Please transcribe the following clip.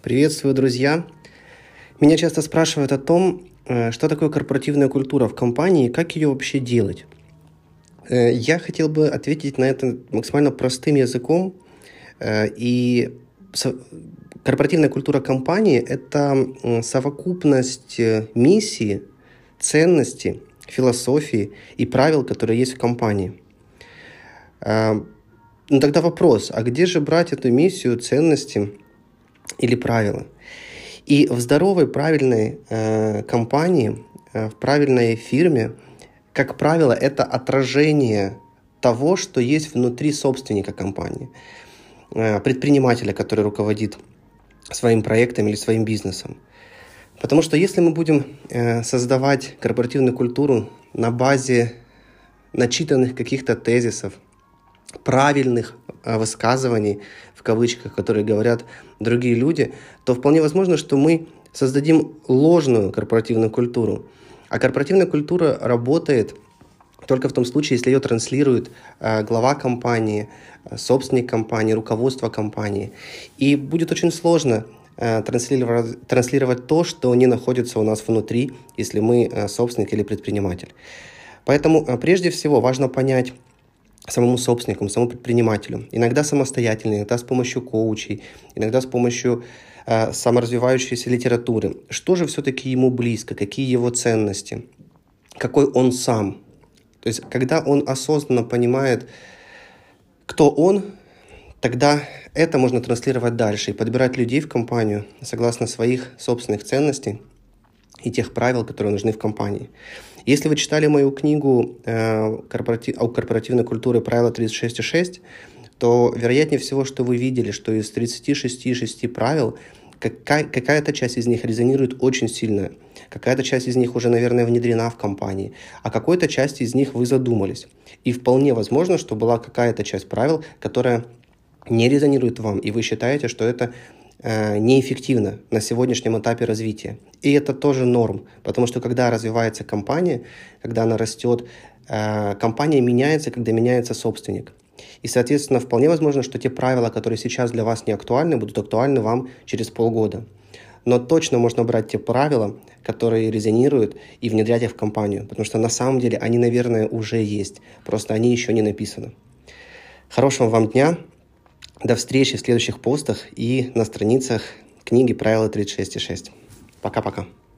Приветствую, друзья! Меня часто спрашивают о том, что такое корпоративная культура в компании и как ее вообще делать. Я хотел бы ответить на это максимально простым языком. И корпоративная культура компании – это совокупность миссии, ценностей, философии и правил, которые есть в компании. Ну тогда вопрос, а где же брать эту миссию, ценности или правила? И в здоровой, правильной компании, в правильной фирме, как правило, это отражение того, что есть внутри собственника компании, предпринимателя, который руководит своим проектом или своим бизнесом. Потому что если мы будем создавать корпоративную культуру на базе начитанных каких-то тезисов, правильных высказываний, в кавычках, которые говорят другие люди, то вполне возможно, что мы создадим ложную корпоративную культуру. А корпоративная культура работает только в том случае, если ее транслирует глава компании, собственник компании, руководство компании. И будет очень сложно транслировать то, что не находится у нас внутри, если мы собственник или предприниматель. Поэтому прежде всего важно понять самому собственнику, самому предпринимателю. Иногда самостоятельно, иногда с помощью коучей, иногда с помощью саморазвивающейся литературы. Что же все-таки ему близко, какие его ценности, какой он сам. То есть, когда он осознанно понимает, кто он, тогда это можно транслировать дальше и подбирать людей в компанию согласно своих собственных ценностей и тех правил, которые нужны в компании. Если вы читали мою книгу о корпоративной культуре «Правило 36.6», то вероятнее всего, что вы видели, что из 36 правил какая-то часть из них резонирует очень сильно, какая-то часть из них уже, наверное, внедрена в компании, а какой-то части из них вы задумались. И вполне возможно, что была какая-то часть правил, которая не резонирует вам, и вы считаете, что это неэффективно на сегодняшнем этапе развития. И это тоже норм, потому что когда развивается компания, когда она растет, компания меняется, когда меняется собственник. И, соответственно, вполне возможно, что те правила, которые сейчас для вас не актуальны, будут актуальны вам через полгода. Но точно можно брать те правила, которые резонируют, и внедрять их в компанию, потому что на самом деле они, наверное, уже есть, просто они еще не написаны. Хорошего вам дня! До встречи в следующих постах и на страницах книги «Правила 36.6». Пока-пока.